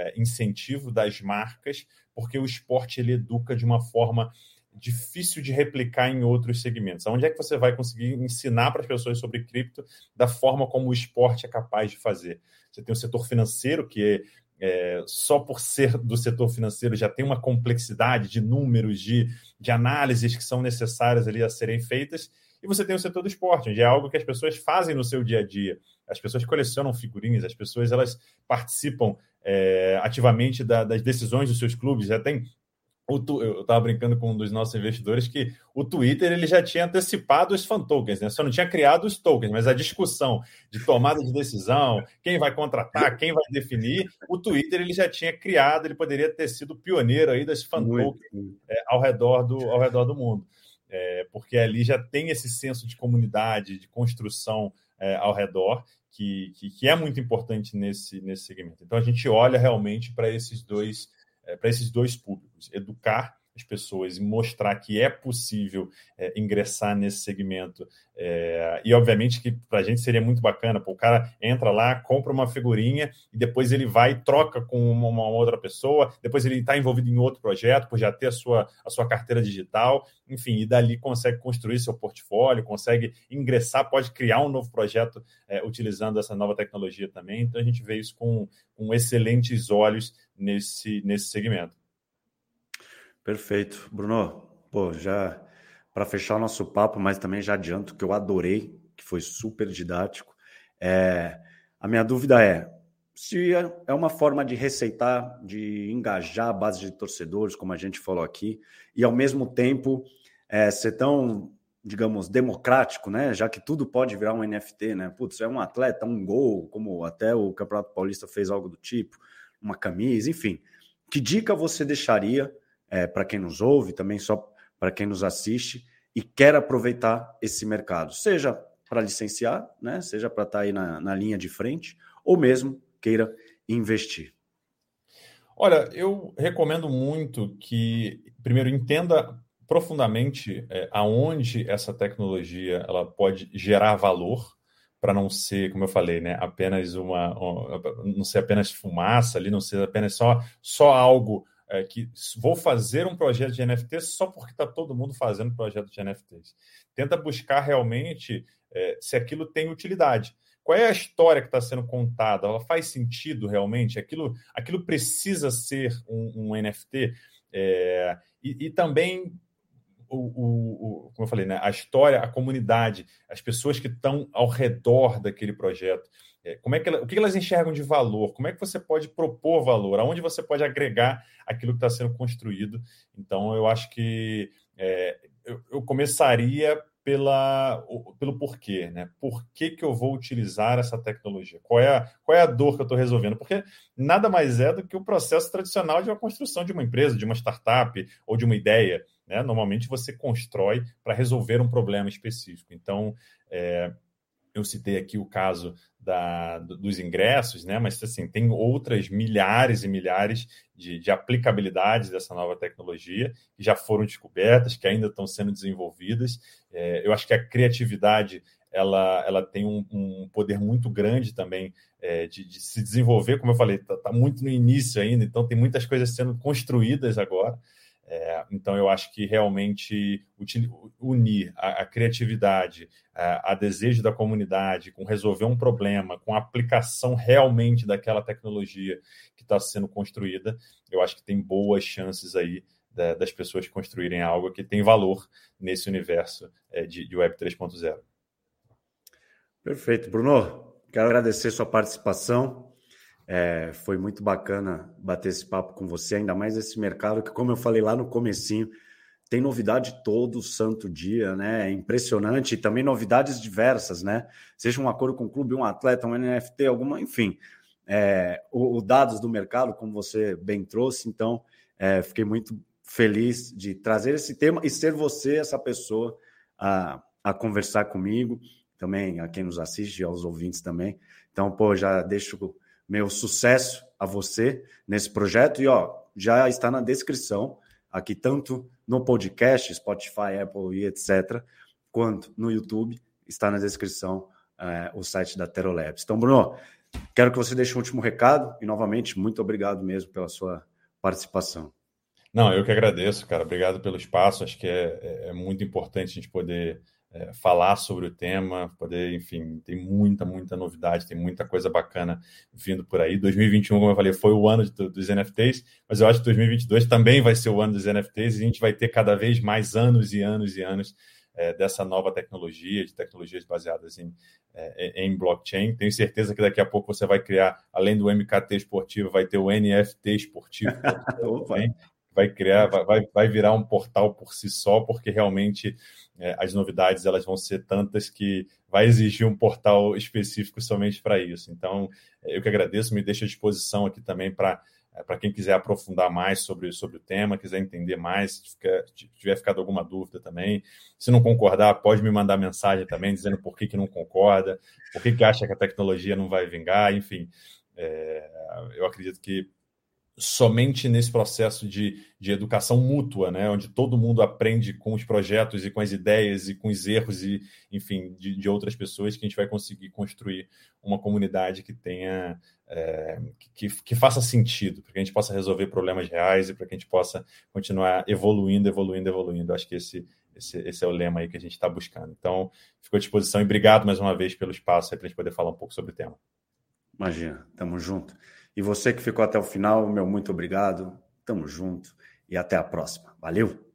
Speaker 3: é, incentivo das marcas, porque o esporte ele educa de uma forma difícil de replicar em outros segmentos. Onde é que você vai conseguir ensinar para as pessoas sobre cripto da forma como o esporte é capaz de fazer? Você tem o setor financeiro, que é, é, só por ser do setor financeiro já tem uma complexidade de números, de, de análises que são necessárias ali a serem feitas, e você tem o setor do esporte, onde é algo que as pessoas fazem no seu dia a dia. As pessoas colecionam figurinhas, as pessoas elas participam é, ativamente da, das decisões dos seus clubes, já tem... Eu estava brincando com um dos nossos investidores que o Twitter ele já tinha antecipado os fan tokens, né? Só não tinha criado os tokens, mas a discussão de tomada de decisão, quem vai contratar, quem vai definir, o Twitter ele já tinha criado, ele poderia ter sido pioneiro aí das fan tokens é, ao, redor do, ao redor do mundo. É, porque ali já tem esse senso de comunidade, de construção é, ao redor, que, que, que é muito importante nesse, nesse segmento. Então a gente olha realmente para esses dois É, para esses dois públicos, educar as pessoas e mostrar que é possível é, ingressar nesse segmento. É, e, obviamente, que para a gente seria muito bacana, pô, o cara entra lá, compra uma figurinha e depois ele vai e troca com uma, uma outra pessoa, depois ele está envolvido em outro projeto, por já ter a sua, a sua carteira digital, enfim, e dali consegue construir seu portfólio, consegue ingressar, pode criar um novo projeto é, utilizando essa nova tecnologia também. Então, a gente vê isso com, com excelentes olhos nesse, nesse segmento.
Speaker 2: Perfeito. Bruno, pô, já para fechar o nosso papo, mas também já adianto que eu adorei, que foi super didático. É, a minha dúvida é se é uma forma de receitar, de engajar a base de torcedores, como a gente falou aqui, e ao mesmo tempo é, ser tão, digamos, democrático, né? Já que tudo pode virar um N F T, né? Putz, é um atleta, um gol, como até o Campeonato Paulista fez algo do tipo, uma camisa, enfim. Que dica você deixaria É, para quem nos ouve, também só para quem nos assiste e quer aproveitar esse mercado, seja para licenciar, né, seja para estar aí na, na linha de frente, ou mesmo queira investir?
Speaker 3: Olha, eu recomendo muito que, primeiro, entenda profundamente é, aonde essa tecnologia ela pode gerar valor, para não ser, como eu falei, né, apenas uma, não ser apenas fumaça ali, não ser apenas só, só algo É que vou fazer um projeto de N F T só porque está todo mundo fazendo projeto de N F Ts. Tenta buscar realmente é, se aquilo tem utilidade. Qual é a história que está sendo contada? Ela faz sentido realmente? Aquilo, aquilo precisa ser um, um N F T? É, e, e também, o, o, o, como eu falei, né, a história, a comunidade, as pessoas que estão ao redor daquele projeto. Como é que ela, o que elas enxergam de valor? Como é que você pode propor valor? Aonde você pode agregar aquilo que está sendo construído? Então, eu acho que é, eu, eu começaria pela, pelo porquê, né? Por que, que eu vou utilizar essa tecnologia? Qual é a, qual é a dor que eu estou resolvendo? Porque nada mais é do que o processo tradicional de uma construção de uma empresa, de uma startup ou de uma ideia, né? Normalmente você constrói para resolver um problema específico. Então, é, eu citei aqui o caso da, dos ingressos, né? Mas assim, tem outras milhares e milhares de, de aplicabilidades dessa nova tecnologia que já foram descobertas, que ainda estão sendo desenvolvidas. É, eu acho que a criatividade ela, ela tem um, um poder muito grande também é, de, de se desenvolver, como eu falei, está tá muito no início ainda, então tem muitas coisas sendo construídas agora. É, então, eu acho que realmente unir a, a criatividade, a, a desejo da comunidade, com resolver um problema, com a aplicação realmente daquela tecnologia que está sendo construída, eu acho que tem boas chances aí da, das pessoas construírem algo que tem valor nesse universo é, de, de Web três ponto zero.
Speaker 2: Perfeito, Bruno. Quero agradecer sua participação. É, foi muito bacana bater esse papo com você, ainda mais esse mercado que, como eu falei lá no comecinho, tem novidade todo santo dia, né? É impressionante, e também novidades diversas, né? Seja um acordo com um clube, um atleta, um N F T, alguma, enfim, é, os dados do mercado, como você bem trouxe. Então, é, fiquei muito feliz de trazer esse tema e ser você essa pessoa a, a conversar comigo, também a quem nos assiste e aos ouvintes também. Então, pô, já deixo meu sucesso a você nesse projeto e ó, já está na descrição aqui, tanto no podcast, Spotify, Apple e etcétera, quanto no YouTube, está na descrição é, o site da Terolabs. Então, Bruno, Quero que você deixe um último recado e, novamente, muito obrigado mesmo pela sua participação.
Speaker 3: Não, eu que agradeço, cara. Obrigado pelo espaço. Acho que é, é muito importante a gente poder é, falar sobre o tema, poder, enfim, tem muita, muita novidade, tem muita coisa bacana vindo por aí. dois mil e vinte e um, como eu falei, foi o ano de, dos N F Ts, mas eu acho que dois mil e vinte e dois também vai ser o ano dos N F Ts e a gente vai ter cada vez mais anos e anos e anos é, dessa nova tecnologia, de tecnologias baseadas em, é, em blockchain. Tenho certeza que daqui a pouco você vai criar, além do M K T esportivo, vai ter o N F T esportivo também. Vai criar, vai, vai virar um portal por si só, porque realmente é, as novidades elas vão ser tantas que vai exigir um portal específico somente para isso. Então, eu que agradeço, me deixo à disposição aqui também para para quem quiser aprofundar mais sobre, sobre o tema, quiser entender mais, se tiver, tiver ficado alguma dúvida também. Se não concordar, pode me mandar mensagem também, dizendo por que, que não concorda, por que, que acha que a tecnologia não vai vingar, enfim. É, eu acredito que somente nesse processo de, de educação mútua, né, onde todo mundo aprende com os projetos e com as ideias e com os erros e, enfim, de, de outras pessoas, que a gente vai conseguir construir uma comunidade que tenha, é, que, que faça sentido, para que a gente possa resolver problemas reais e para que a gente possa continuar evoluindo, evoluindo, evoluindo. Acho que esse, esse, esse é o lema aí que a gente está buscando. Então, fico à disposição e obrigado mais uma vez pelo espaço aí para a gente poder falar um pouco sobre o tema.
Speaker 2: Imagina, tamo junto. E você que ficou até o final, meu muito obrigado, tamo junto e até a próxima. Valeu!